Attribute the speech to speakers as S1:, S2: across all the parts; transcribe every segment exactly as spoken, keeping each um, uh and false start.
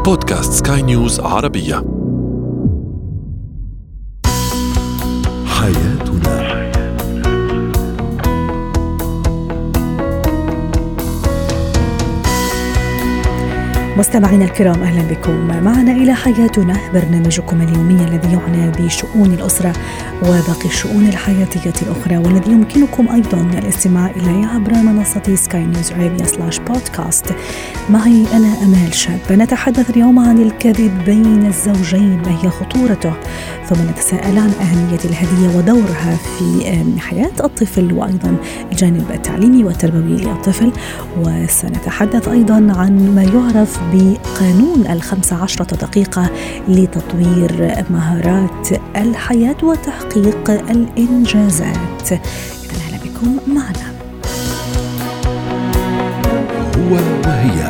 S1: بودكاست سكاي نيوز عربية. حياتنا.
S2: مستمعينا الكرام، أهلا بكم معنا إلى حياتنا، برنامجكم اليومي الذي يعنى بشؤون الأسرة وباقي الشؤون الحياتية الأخرى، والذي يمكنكم أيضا الاستماع إليه عبر منصة سكاي نيوز عربية سلاش بودكاست. معي أنا أمال شاب. نتحدث اليوم عن الكذب بين الزوجين، ما هي خطورته، ثم نتساءل عن أهمية الهدية ودورها في حياة الطفل وأيضا الجانب التعليمي والتربوي للطفل. وسنتحدث أيضا عن ما يعرف بقانون الخمسة عشرة دقيقة لتطوير مهارات الحياة وتحقيق الإنجازات. إذن أهلا بكم معنا.
S1: هو وهي.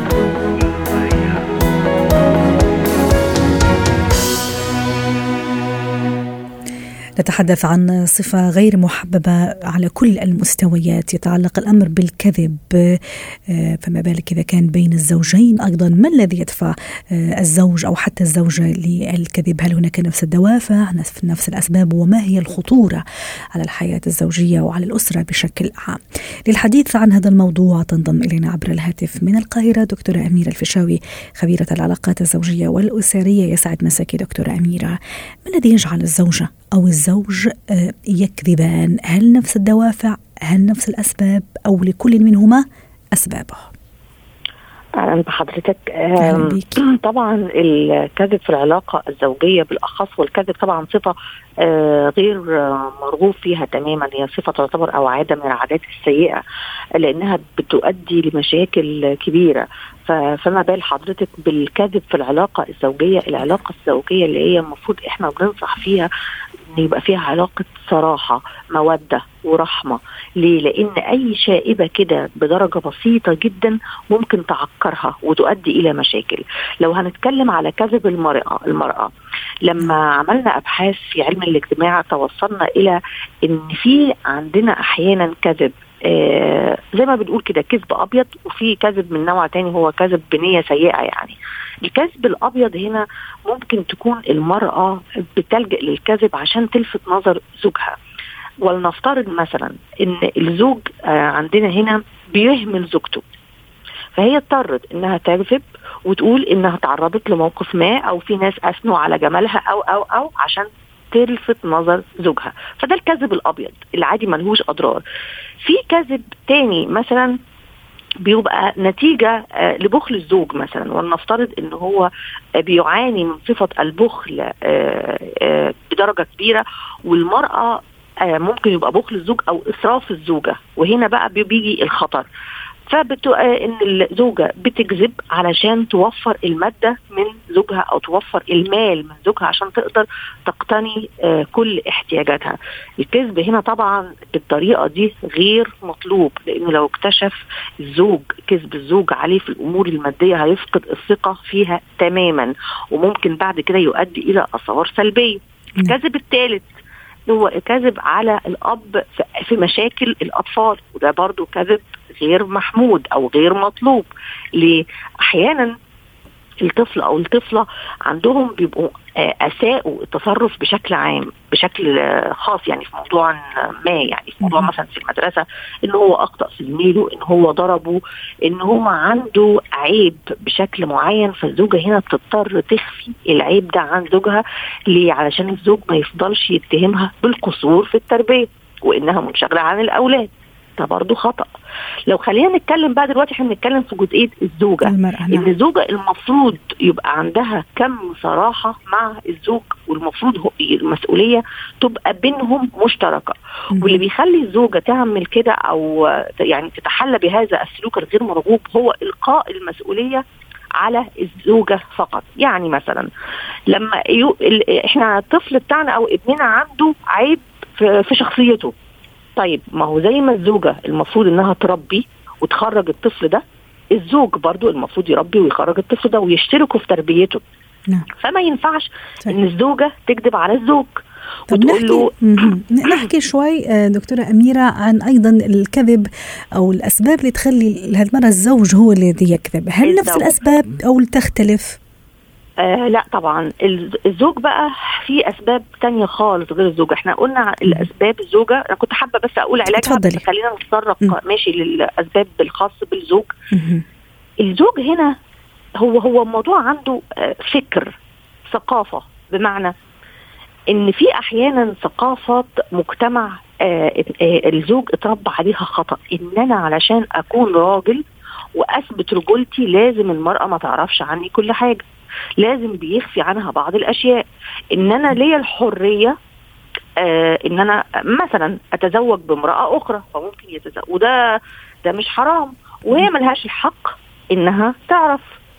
S2: نتحدث عن صفة غير محببة على كل المستويات، يتعلق الأمر بالكذب، فما بالك إذا كان بين الزوجين أيضا. ما الذي يدفع الزوج أو حتى الزوجة للكذب؟ هل هناك نفس الدوافع، نفس الأسباب، وما هي الخطورة على الحياة الزوجية وعلى الأسرة بشكل عام؟ للحديث عن هذا الموضوع تنضم إلينا عبر الهاتف من القاهرة دكتورة أميرة الفيشاوي، خبيرة العلاقات الزوجية والأسرية. يسعد مساكي دكتورة أميرة. ما الذي يجعل الزوجة أو الزوج يكذبان؟ هل نفس الدوافع؟ هل نفس الأسباب؟ أو لكل منهما أسبابه؟
S3: أهلا بحضرتك. طبعا الكذب في العلاقة الزوجية بالأخص، والكذب طبعا صفة غير مرغوب فيها تماما، هي صفة تعتبر أو عادة من العادات السيئة، لأنها بتؤدي لمشاكل كبيرة. فما بال حضرتك بالكذب في العلاقة الزوجية، العلاقة الزوجية اللي هي المفروض إحنا بننصح فيها إن يبقى فيها علاقة صراحة، مودة ورحمة. ليه؟ لأن أي شائبة كده بدرجة بسيطة جدا ممكن تعكرها وتؤدي إلى مشاكل. لو هنتكلم على كذب المرأة المرأة لما عملنا أبحاث في علم الاجتماع توصلنا إلى إن في عندنا أحيانا كذب آه زي ما بنقول كده كذب أبيض، وفي كذب من نوع تاني هو كذب بنية سيئة. يعني الكذب الأبيض هنا ممكن تكون المرأة بتلجأ للكذب عشان تلفت نظر زوجها. ولنفترض مثلا إن الزوج آه عندنا هنا بيهمل زوجته، فهي اضطرت إنها تكذب وتقول إنها تعرضت لموقف ما، أو في ناس أثنوا على جمالها أو أو أو عشان تلفت نظر زوجها. فده الكذب الأبيض العادي ملهوش أضرار. في كذب تاني مثلا بيبقى نتيجة لبخل الزوج مثلا، ولنفترض إن هو بيعاني من صفة البخل بدرجة كبيرة، والمرأة ممكن يبقى بخل الزوج أو إسراف الزوجة، وهنا بقى بيجي الخطر. فبتو ان الزوجة بتكذب علشان توفر المادة من زوجها أو توفر المال من زوجها عشان تقدر تقتني كل احتياجاتها. الكذب هنا طبعا بالطريقة دي غير مطلوب، لأنه لو اكتشف الزوج كذب الزوج عليه في الأمور المادية هيفقد الثقة فيها تماما، وممكن بعد كده يؤدي إلى آثار سلبية. الكذب الثالث هو كذب على الأب في مشاكل الأطفال، وده برضو كذب غير محمود أو غير مطلوب. ليه؟ أحيانا الطفل أو الطفلة عندهم بيبقوا أساءوا التصرف بشكل عام بشكل خاص، يعني في موضوع ما، يعني في موضوع مثلا في المدرسة إن هو أخطأ في زميله، إن هو ضربه، إن هو عنده عيب بشكل معين، فالزوجة هنا بتضطر تخفي العيب ده عن زوجها. ليه؟ علشان الزوج ما يفضلش يتهمها بالقصور في التربية وإنها منشغلة عن الأولاد. ده برضو خطأ. لو خلينا نتكلم بقى دلوقتي، احنا بنتكلم في جزئية الزوجة، ان الزوجة المفروض يبقى عندها كم صراحة مع الزوج، والمفروض هو المسؤولية تبقى بينهم مشتركة. واللي بيخلي الزوجة تعمل كده او يعني تتحلى بهذا السلوك الغير مرغوب هو إلقاء المسؤولية على الزوجة فقط. يعني مثلا لما يو... احنا الطفل بتاعنا او ابننا عنده عيب في, في شخصيته، طيب ما هو زي ما الزوجة المفروض انها تربي وتخرج الطفل ده، الزوج برضو المفروض يربي ويخرج الطفل ده ويشتركوا في تربيته. نعم. فما ينفعش طيب. ان الزوجة تكذب على الزوج وتقول له.
S2: نحكي شوي دكتورة أميرة عن أيضا الكذب أو الأسباب اللي تخلي هالمرة الزوج هو الذي يكذب. هل الزوج. نفس الأسباب أو تختلف؟
S3: آه لا طبعا الزوج بقى في أسباب تانية خالص غير الزوجة. احنا قلنا الأسباب الزوجة، أنا كنت حابة بس أقول علاجها بس خلينا نتطرق ماشي للأسباب الخاصة بالزوج. م- الزوج هنا هو هو موضوع عنده فكر ثقافة، بمعنى ان في احيانا ثقافات مجتمع الزوج اتربى عليها خطأ، ان انا علشان اكون راجل واثبت رجولتي لازم المرأة ما تعرفش عني كل حاجة، لازم بيخفي عنها بعض الاشياء، ان انا ليا الحرية ان انا مثلا اتزوج بامرأة اخرى فممكن يتزوج، وده ده مش حرام، وهي ملهاش الحق انها تعرف.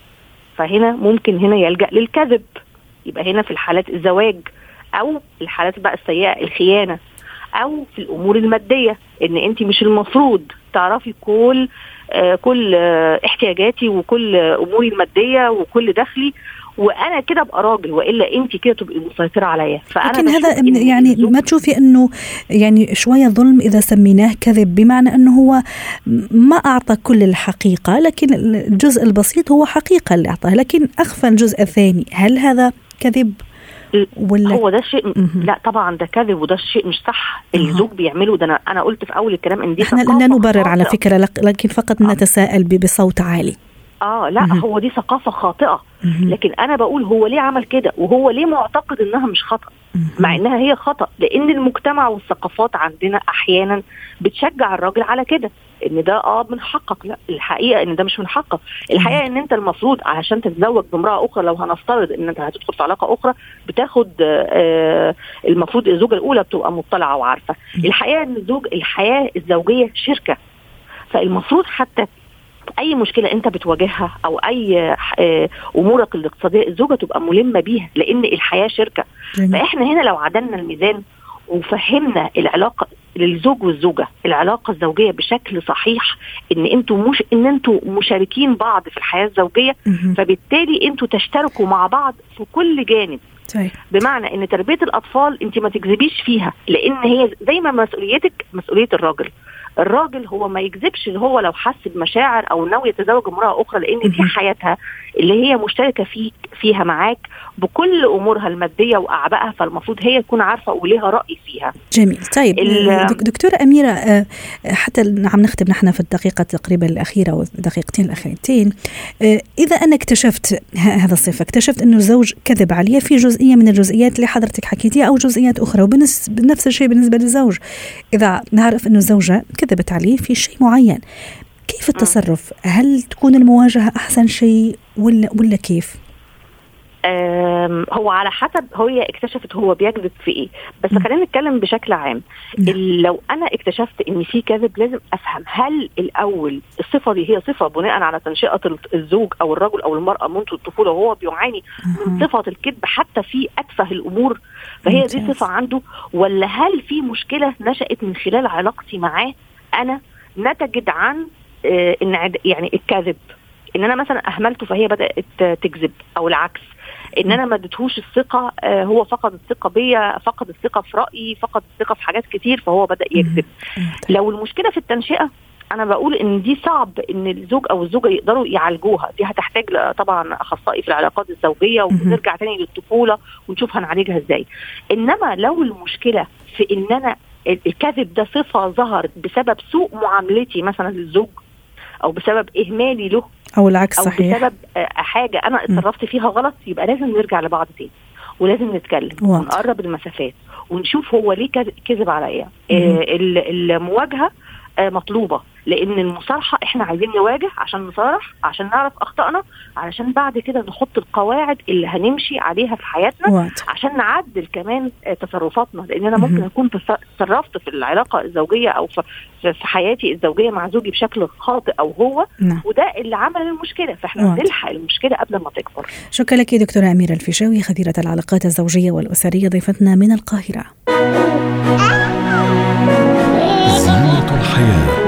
S3: فهنا ممكن هنا يلجأ للكذب، يبقى هنا في الحالات الزواج، او الحالات بقى السيئة الخيانة، او في الامور المادية ان انت مش المفروض تعرفي كل آه كل آه احتياجاتي وكل آه اموري المادية وكل دخلي، وانا كده ابقى راجل، والا انت كده تبقي مسيطره عليا.
S2: لكن هذا يعني ما تشوفي انه يعني شويه ظلم اذا سميناه كذب، بمعنى انه هو ما اعطى كل الحقيقه، لكن الجزء البسيط هو حقيقه اللي اعطاه، لكن اخفى الجزء الثاني. هل هذا كذب
S3: ولا هو ده شيء؟ لا طبعا ده كذب، وده شيء مش صح الزوج بيعمله. ده انا انا قلت في اول الكلام ان دي
S2: احنا لا نبرر على فكره، لكن فقط نتساءل بصوت عالي.
S3: اه لا مه. هو دي ثقافة خاطئة، مه. لكن انا بقول هو ليه عمل كده، وهو ليه معتقد انها مش خطأ، مه. مع انها هي خطأ، لان المجتمع والثقافات عندنا احيانا بتشجع الراجل على كده، ان ده اه من حقك. لا الحقيقة ان ده مش من حقك، الحقيقة مه. ان انت المفروض علشان تتزوج بامرأة اخرى، لو هنفترض ان انت هتدخل في علاقة اخرى، بتاخد آه المفروض الزوجة الاولى بتبقى مطلعة وعارفة. مه. الحقيقة ان الزوج الحياة الزوجية شركة، فالمفروض حتى اي مشكله انت بتواجهها او اي امورك الاقتصاديه الزوجه تبقى ملمه بيها، لان الحياه شركه. جميل. فاحنا هنا لو عدلنا الميزان وفهمنا العلاقه للزوج والزوجه، العلاقه الزوجيه بشكل صحيح، ان انتوا مش ان انتوا مشاركين بعض في الحياه الزوجيه، م- فبالتالي انتوا تشتركوا مع بعض في كل جانب. طيب. بمعنى ان تربيه الاطفال انت ما تكذبيش فيها، لان هي زي ما مسؤوليتك مسؤوليه الراجل. الراجل هو ما يكذبش ان هو لو حس بمشاعر او ناوي يتزوج امرأة اخرى، لان دي حياتها اللي هي مشتركة فيك فيها معاك بكل امورها المادية واعبائها، فالمفروض هي تكون عارفة وليها رأي فيها.
S2: جميل. طيب دكتورة أميرة، حتى عم نختم نحن في الدقيقة تقريبا الأخيرة والدقيقتين الأخيرتين، إذا أنا اكتشفت هذا الصفة، اكتشفت أنه الزوج كذب علي في جزئية من الجزئيات اللي حضرتك حكيتيها أو جزئيات أخرى، وبنفس الشيء بالنسبة للزوج، إذا نعرف أنه الزوجة كذبت عليه في شيء معين، كيف التصرف؟ هل تكون المواجهة أحسن شيء ولا ولا كيف؟
S3: هو على حسب هي اكتشفت هو بيكذب في ايه، بس م. خلينا نتكلم بشكل عام. م. لو انا اكتشفت ان في كذب، لازم افهم هل الاول الصفه دي هي صفه بناء على تنشئه الزوج او الرجل او المراه منذ الطفوله وهو بيعاني م. من صفه الكذب حتى في اتفه الامور، فهي م. دي صفه عنده، ولا هل في مشكله نشأت من خلال علاقتي معاه انا نتجت عن آه ان يعني الكذب، ان انا مثلا اهملته فهي بدأت تكذب، او العكس ان انا ما اديتهوش الثقه، آه هو فقد الثقه بيا، فقد الثقه في رايي، فقد الثقه في حاجات كتير، فهو بدا يكذب. لو المشكله في التنشئه، انا بقول ان دي صعب ان الزوج او الزوجه يقدروا يعالجوها، دي هتحتاج طبعا اخصائي في العلاقات الزوجيه، ونرجع تاني للطفوله ونشوف هنعالجها ازاي. انما لو المشكله في ان انا الكذب ده صفه ظهر بسبب سوء معاملتي مثلا للزوج، او بسبب اهمالي له،
S2: او العكس
S3: أو
S2: صحيح،
S3: بسبب حاجه انا اتصرفت فيها غلط، يبقى لازم نرجع لبعض تاني، ولازم نتكلم واضح. ونقرب المسافات ونشوف هو ليه كذب عليا. آه المواجهه آه مطلوبه، لان المصارحه احنا عايزين نواجه عشان نصارح، عشان نعرف اخطائنا، علشان بعد كده نحط القواعد اللي هنمشي عليها في حياتنا واضح. عشان نعدل كمان آه تصرفاتنا، لان انا ممكن اكون تصرفت في العلاقه الزوجيه او في في حياتي الزوجيه مع زوجي بشكل خاطئ او هو نعم. وده اللي عمل المشكله، فاحنا نلحق المشكله قبل ما تكبر.
S2: شكرا لك دكتوره أميرة الفيشاوي، خبيره العلاقات الزوجيه والاسريه، ضيفتنا من القاهره.
S1: زينة الحياة.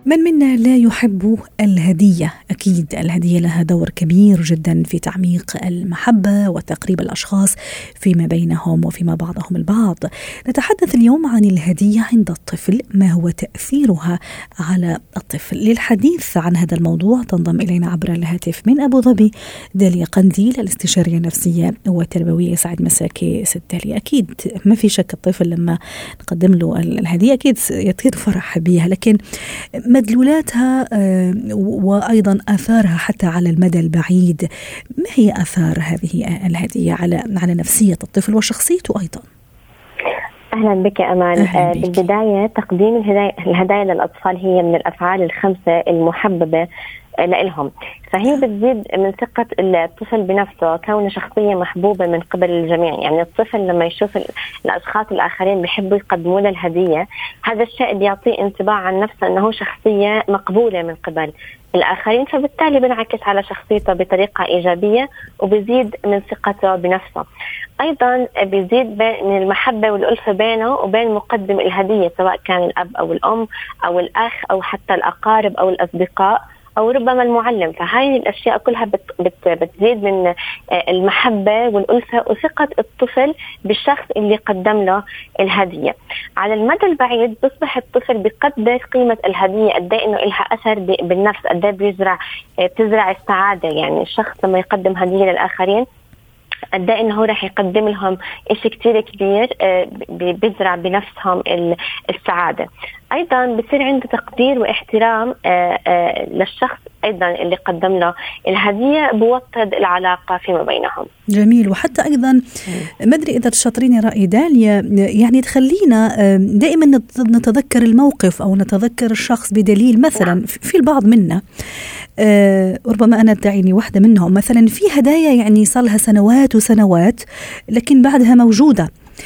S2: من منا لا يحب الهدية؟ أكيد الهدية لها دور كبير جدا في تعميق المحبة وتقريب الأشخاص فيما بينهم وفيما بعضهم البعض. نتحدث اليوم عن الهدية عند الطفل، ما هو تأثيرها على الطفل. للحديث عن هذا الموضوع تنضم إلينا عبر الهاتف من أبو ظبي داليا قنديل، الاستشارية النفسية والتربوية. سعد مساكي ست داليا. أكيد ما في شك الطفل لما نقدم له الهدية أكيد يطير فرح بها، لكن مدلولاتها وأيضا آثارها حتى على المدى البعيد، ما هي آثار هذه الهدية على على نفسية الطفل وشخصيته أيضا؟
S4: أهلا بك أمان.
S2: أهلاً بك.
S4: بالبداية تقديم الهدايا, الهدايا للأطفال هي من الأفعال الخمسة المحببة لهم، فهي بتزيد من ثقة الطفل بنفسه، كونه شخصية محبوبة من قبل الجميع. يعني الطفل لما يشوف الأشخاص الآخرين بيحبوا يقدموا له الهدية، هذا الشيء بيعطيه انطباع عن نفسه أنه شخصية مقبولة من قبل الآخرين، فبالتالي بنعكس على شخصيته بطريقة إيجابية وبيزيد من ثقته بنفسه. أيضا بيزيد من المحبة والألفة بينه وبين مقدم الهدية، سواء كان الأب أو الأم أو الأخ أو حتى الأقارب أو الأصدقاء أو ربما المعلم. فهذه الأشياء كلها بت بت بتزيد من المحبة والألفة وثقة الطفل بالشخص اللي قدم له الهدية. على المدى البعيد بيصبح الطفل بيقدر قيمة الهدية، قد ايه إنه لها أثر بالنفس، قد ايه بيزرع تزرع السعادة. يعني الشخص لما يقدم هدية للآخرين قد ايه إنه هو راح يقدم لهم إشي كتير كبير بيزرع بنفسهم السعادة. أيضا بصير عنده تقدير واحترام للشخص أيضا اللي قدم له الهدية، بوطد العلاقة فيما بينهم.
S2: جميل. وحتى أيضا ما أدري إذا تشاطريني رأي داليا، يعني تخلينا دائما نتذكر الموقف أو نتذكر الشخص بدليل. مثلا في البعض منا ربما أنا أدعيني واحدة منهم، مثلا في هدايا يعني صار لها سنوات وسنوات لكن بعدها موجودة،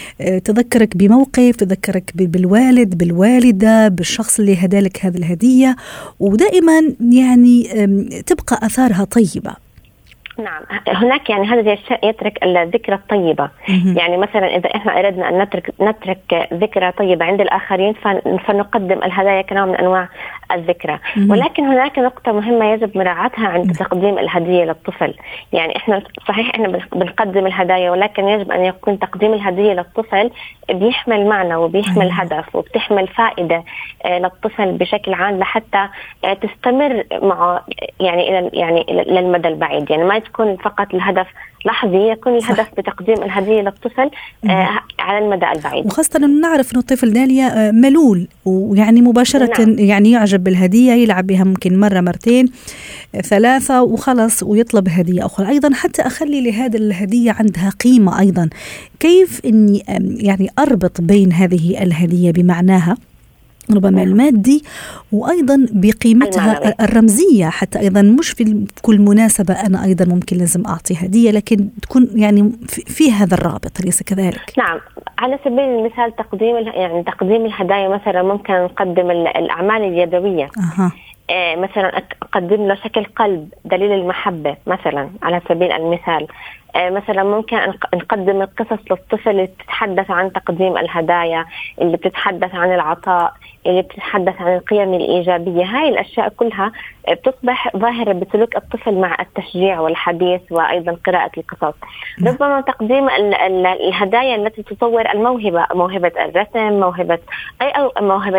S2: تذكرك بموقف، تذكرك بالوالد بالوالدة بالشخص اللي هدالك هذه الهدية، ودائما يعني تبقى أثارها طيبة.
S4: نعم، هناك يعني هذا الشيء يترك الذكرى الطيبة. يعني مثلا إذا إحنا أردنا أن نترك نترك ذكرى طيبة عند الآخرين فنقدم الهدايا كنوع من أنواع الذكرى. ولكن هناك نقطة مهمة يجب مراعاتها عند تقديم الهدية للطفل. يعني إحنا صحيح إحنا بنقدم الهدايا، ولكن يجب أن يكون تقديم الهدية للطفل بيحمل معنى وبيحمل هدف وبتحمل فائدة للطفل بشكل عام لحتى تستمر معه يعني إلى يعني للمدى البعيد. يعني ما تكون فقط الهدف لحظي، يكون الهدف صح. بتقديم الهدية للطفل آه على المدى البعيد.
S2: وخاصة أنه نعرف أنه الطفل داليا ملول، ويعني مباشرة نعم. يعني يعجب بالهدية، يلعب بها ممكن مرة مرتين ثلاثة وخلص ويطلب هدية أخرى. أيضا حتى أخلي لهذه الهدية عندها قيمة أيضا. كيف أني يعني أربط بين هذه الهدية بمعناها ربما المادي وأيضا بقيمتها المعنوي. الرمزية، حتى أيضا مش في كل مناسبة أنا أيضا ممكن لازم أعطي هدية، لكن تكون يعني في, في هذا الرابط، أليس كذلك؟
S4: نعم، على سبيل المثال تقديم يعني تقديم الهدايا، مثلا ممكن نقدم الأعمال اليدوية. أه. آه مثلا أقدم له شكل قلب دليل المحبة مثلا على سبيل المثال. آه مثلا ممكن نقدم القصص للطفل اللي بتتحدث عن تقديم الهدايا، اللي بتتحدث عن العطاء، اللي بتتحدث عن القيم الإيجابية. هاي الأشياء كلها بتصبح ظاهرة بسلوك الطفل مع التشجيع والحديث وأيضا قراءة القصص. ربما تقديم الهدايا التي تطور الموهبة، موهبة الرسم، موهبة أي أو موهبة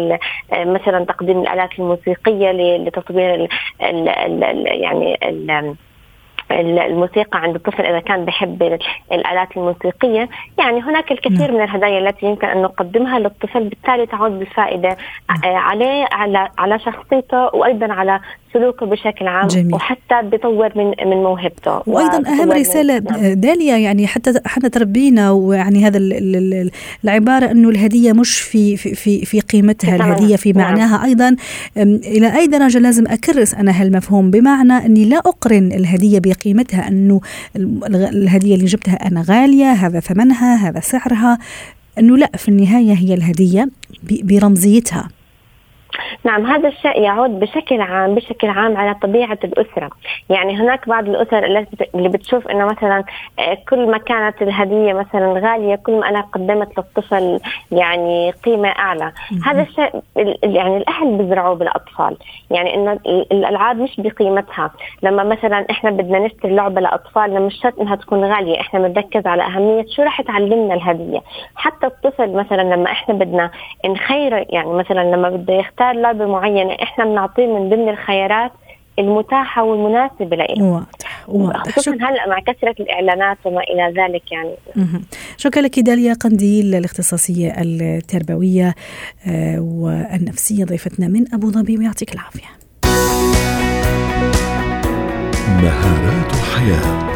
S4: مثلا تقديم الآلات الموسيقية لتطوير ال ال ال يعني ال الموسيقى عند الطفل إذا كان بحب الآلات الموسيقية. يعني هناك الكثير من الهدايا التي يمكن أن نقدمها للطفل، بالتالي تعود بالفائدة عليه على على شخصيته وأيضا على سلوكه بشكل عام. جميل. وحتى بيطور من من موهبته.
S2: وأيضا أهم رسالة داليا يعني حتى احنا تربينا، ويعني هذا العبارة أنه الهدية مش في في في قيمتها، الهدية في معناها. نعم. أيضا إلى أي درجة لازم أكرس أنا هالمفهوم، بمعنى أني لا أقرن الهدية بقيمتها، أنه الهدية اللي جبتها أنا غالية، هذا ثمنها، هذا سعرها. أنه لا، في النهاية هي الهدية برمزيتها.
S4: نعم، هذا الشيء يعود بشكل عام بشكل عام على طبيعة الأسرة. يعني هناك بعض الأسر اللي بتشوف إنه مثلا كل ما كانت الهدية مثلا غالية كل ما أنا قدمت للطفل يعني قيمة أعلى. هذا الشيء يعني الأهل بيزرعوه بالأطفال، يعني إنه الألعاب مش بقيمتها. لما مثلا إحنا بدنا نشتري لعبة لأطفال مش شرط إنها تكون غالية، إحنا بنركز على أهمية شو راح تعلمنا الهدية. حتى الطفل مثلا لما إحنا بدنا نخير، يعني مثلا لما بده يختار لعبة معينة إحنا بنعطيه من ضمن الخيارات المتاحة والمناسبة له.
S2: واضح واضح.
S4: خصوصا هلأ مع كثرة الإعلانات وما إلى ذلك. يعني
S2: شكرا لك داليا قنديل، الاختصاصية التربوية والنفسية، ضيفتنا من أبو ظبي، ويعطيك العافية.
S1: مهارات الحياة.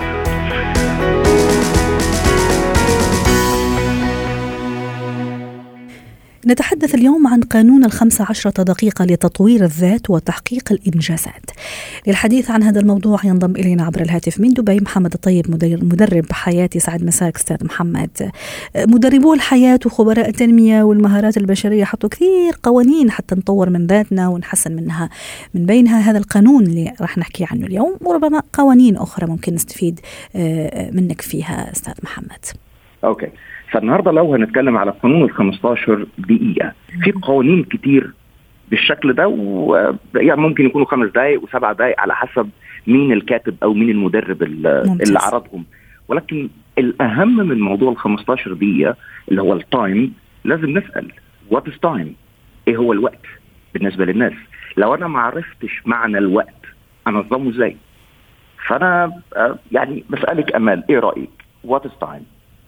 S2: نتحدث اليوم عن قانون الخمسة عشرة دقيقة لتطوير الذات وتحقيق الإنجازات. للحديث عن هذا الموضوع ينضم إلينا عبر الهاتف من دبي محمد الطيب، مدرب حياتي. سعد مساك أستاذ محمد. مدربو الحياة وخبراء التنمية والمهارات البشرية حطوا كثير قوانين حتى نطور من ذاتنا ونحسن منها، من بينها هذا القانون اللي راح نحكي عنه اليوم، وربما قوانين أخرى ممكن نستفيد منك فيها أستاذ محمد.
S5: أوكي، فالنهاردة لو هنتكلم على قانون الخمستاشر دقيقة، في قوانين كتير بالشكل ده، ويعني ممكن يكونوا خمس دقايق وسبع دقايق على حسب مين الكاتب أو مين المدرب اللي عرضهم. ولكن الأهم من موضوع الخمستاشر دقيقة اللي هو التايم، لازم نسأل what is time؟ إيه هو الوقت بالنسبة للناس؟ لو أنا ما عرفتش معنى الوقت أنظمه إزاي؟ فأنا يعني بسألك أمال، إيه رأيك؟ what is time؟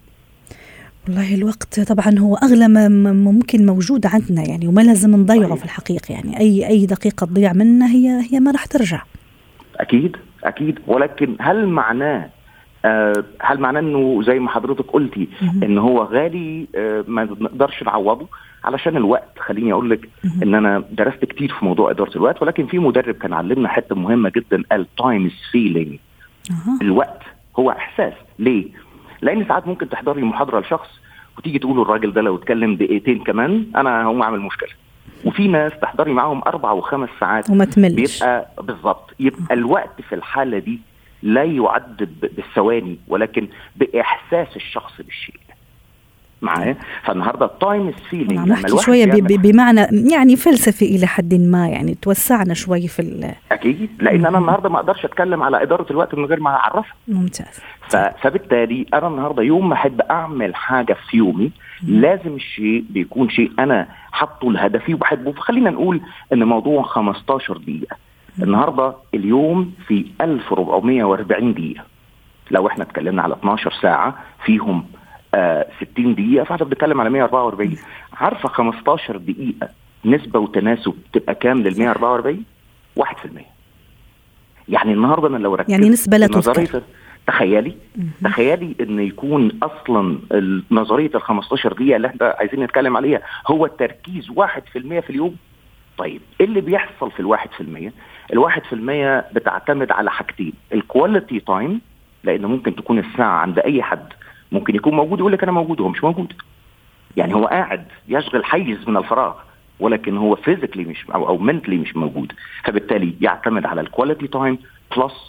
S2: والله الوقت طبعا هو أغلى ما ممكن موجود عندنا، يعني وما لازم نضيعه في الحقيقة. يعني أي أي دقيقة تضيع منا هي هي ما راح ترجع.
S5: أكيد أكيد، ولكن هل معناه آه هل معناه إنه زي ما حضرتك قلتي إن هو غالي آه ما نقدرش نعوضه علشان الوقت؟ خليني أقول لك إن أنا درست كتير في موضوع إدارة الوقت، ولكن في مدرب كان علمنا حتة مهمة جدا، قال time is feeling. الوقت هو إحساس. ليه؟ لأن ساعات ممكن تحضري محاضرة لشخص وتيجي تقولوا الراجل ده لو اتكلم دقيقتين كمان أنا هم أعمل مشكلة، وفي ناس تحضري معهم أربع وخمس ساعات
S2: وما تملش.
S5: بيبقى بالضبط، يبقى الوقت في الحالة دي لا يعد بالثواني ولكن بإحساس الشخص بالشيء معاه. فالنهاردة التايم السيلينج
S2: لما نحكي شوية بمعنى يعني فلسفي إلى حد ما، يعني توسعنا شوي في ال
S5: أكيد، لأن أنا النهاردة ما أقدرش أتكلم على إدارة الوقت من غير ما أعرفها.
S2: ممتاز.
S5: فبالتالي أنا النهاردة يوم ما أحب أعمل حاجة في يومي مم. لازم الشيء بيكون شيء أنا حطه لهدفي وبحبه. فخلينا نقول إن موضوع خمستاشر دقيقة، مم. النهاردة اليوم في ألف وأربعمائة وأربعين دقيقة، لو إحنا اتكلمنا على اتناشر ساعة فيهم آه ستين دقيقة، فاحنا بنتكلم على مائة وأربعة وأربعين. عارفة خمستاشر دقيقة نسبة وتناسب تبقى كام لل مائة وأربعة وأربعين؟ واحد في المية. يعني النهاردة أنا لو ركزت
S2: يعني نسبة لا تذكر.
S5: تخيلي م- تخيلي إن يكون أصلا نظرية الخمستاشر دقيقة اللي احنا عايزين نتكلم عليها هو التركيز واحد في المية في اليوم. طيب إيه اللي بيحصل في الواحد في المية؟ الواحد في المية بتعتمد على حاجتين، الكواليتي تايم، لأنه ممكن تكون الساعة عند أي حد ممكن يكون موجود يقول لك أنا موجود وهو مش موجود، يعني هو قاعد يشغل حيز من الفراغ ولكن هو فيزيكلي مش أو أو منتلي مش موجود. فبالتالي يعتمد على الكواليتي تايم بلس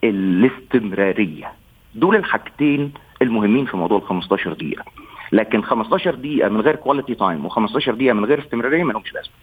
S5: الاستمرارية. دول الحاجتين المهمين في موضوع الخمستاشر دقيقة. لكن خمستاشر دقيقة من غير كواليتي تايم وخمستاشر دقيقة من غير استمرارية ما لهمش لازمة.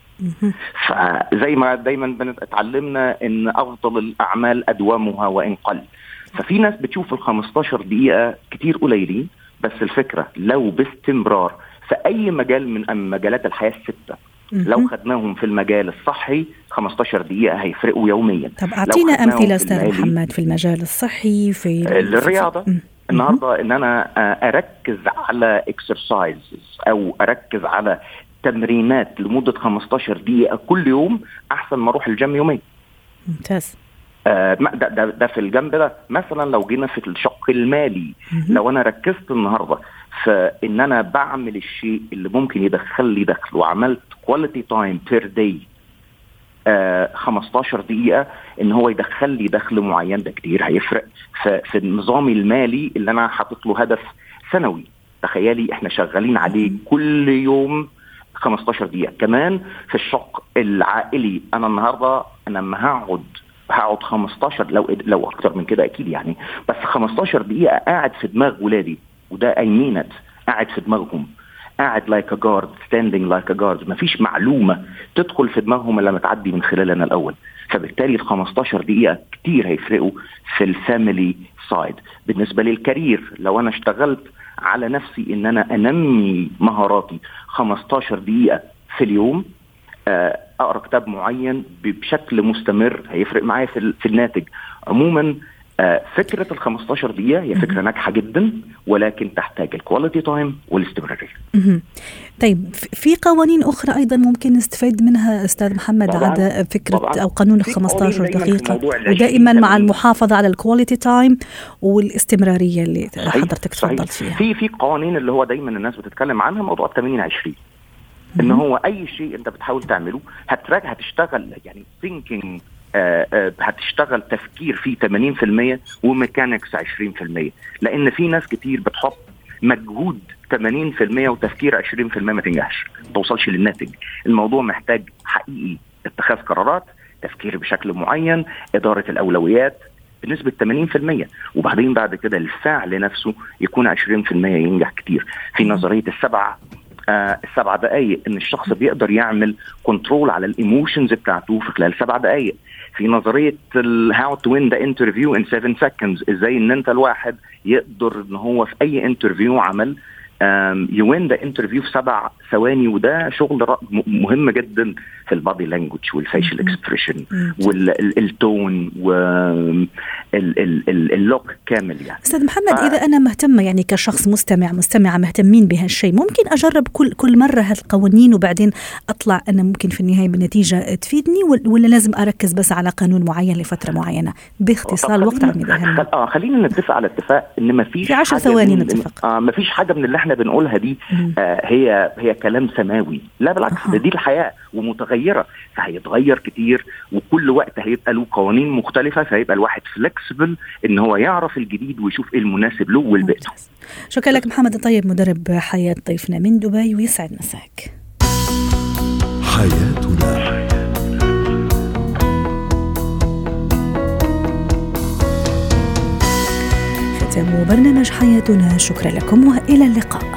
S5: فزي ما دايما بنتعلمنا إن أفضل الأعمال أدومها وإن قل. ففي ناس بتشوف الخمستاشر دقيقة كتير قليلين، بس الفكرة لو باستمرار في أي مجال من مجالات الحياة الستة لو خدناهم في المجال الصحي خمستاشر دقيقة هيفرقوا يوميا.
S2: طب أعطينا أمثلة أستاذ محمد في المجال الصحي في
S5: الرياضة. في... النهاردة إن أنا أركز على exercises أو أركز على تمرينات لمدة خمستاشر دقيقة كل يوم أحسن ما أروح الجيم يومين.
S2: ممتاز.
S5: ده, ده, ده في الجنب ده. مثلا لو جينا في الشق المالي، لو أنا ركزت النهاردة فإن أنا بعمل الشيء اللي ممكن يدخل لي دخل وعملت quality time per day آه خمستاشر دقيقة إن هو يدخل لي دخل معين، ده كتير هيفرق في النظام المالي اللي أنا حاطط له هدف سنوي. تخيلي إحنا شغالين عليه كل يوم خمستاشر دقيقة. كمان في الشق العائلي أنا النهاردة أنا ما هقعد هقعد خمستاشر لو لو أكتر من كده أكيد يعني، بس خمستاشر دقيقة قاعد في دماغ ولادي، وده I mean it، قاعد في دماغهم، قاعد like a guard standing like a guard. مفيش معلومة تدخل في دماغهم إلا متعدي من خلال أنا الأول. فبالتالي ال خمستاشر دقيقة كتير هيفرقوا في الفاميلي سايد. بالنسبة للكارير، لو أنا اشتغلت على نفسي إن أنا أنمي مهاراتي خمستاشر دقيقة في اليوم، أقرأ كتاب معين بشكل مستمر، هيفرق معايا في, في الناتج. عموما فكرة ال خمستاشر دقيقة هي فكرة ناجحة جدا، ولكن تحتاج الكواليتي تايم والاستمرارية.
S2: طيب في قوانين أخرى أيضا ممكن نستفيد منها أستاذ محمد عدا فكرة طبعاً. أو قانون ال خمستاشر دقيقة، ودائما مع المحافظة على الكواليتي تايم والاستمرارية اللي حضرتك تفضلت فيها.
S5: في في قوانين اللي هو دايما الناس بتتكلم عنها، موضوع ثمانين عشرين، إن هو أي شيء أنت بتحاول تعمله هتراجع هتشتغل يعني thinking آه آه هتشتغل تفكير فيه ثمانين في المية وميكانيكس عشرين في المية، لأن في ناس كتير بتحط مجهود ثمانين في المية وتفكير عشرين في المية ما تنجحش، ما توصلش للناتج. الموضوع محتاج حقيقي اتخاذ قرارات، تفكير بشكل معين، إدارة الأولويات بنسبة ثمانين في المية، وبعدين بعد كده الفعل نفسه يكون عشرين في المية ينجح كتير. في نظرية السبعة آه السبع دقايق، ان الشخص بيقدر يعمل كنترول على الايموشنز بتاعته في خلال سبع دقايق. في نظرية how to win the interview in seven seconds، ازاي ان انت الواحد يقدر ان هو في اي انترفيو عمل يوين ذا انترفيو في سبع ثواني. وده شغل مهم جدا في البادي لانجوج والفيشل اكسبريشن والتون واللوك كامل. يعني
S2: استاذ محمد ف... اذا انا مهتمه يعني كشخص مستمع مستمعه مهتمين بهالشيء، ممكن اجرب كل كل مره هالقوانين وبعدين اطلع انا ممكن في النهايه بنتيجه تفيدني، ولا لازم اركز بس على قانون معين لفتره معينه؟ باختصار الوقت عم يدهمنا.
S5: اه خلينا نتفق على اتفاق ان ما فيش
S2: في عشر ثواني نتفق.
S5: اه ما فيش حاجه من اللي احنا بنقولها دي آه هي هي كلام سماوي، لا بالعكس، ده دي الحياه ومتغيره، فهيتغير كتير، وكل وقت هيبقى له قوانين مختلفه، فهيبقى الواحد فلكسبل ان هو يعرف الجديد ويشوف ايه المناسب له والبيئته.
S2: شكرا لك محمد الطيب، مدرب حياه ضيفنا من دبي، ويسعد مساك.
S1: حياتنا ختام برنامج حياتنا، شكرا لكم وإلى اللقاء.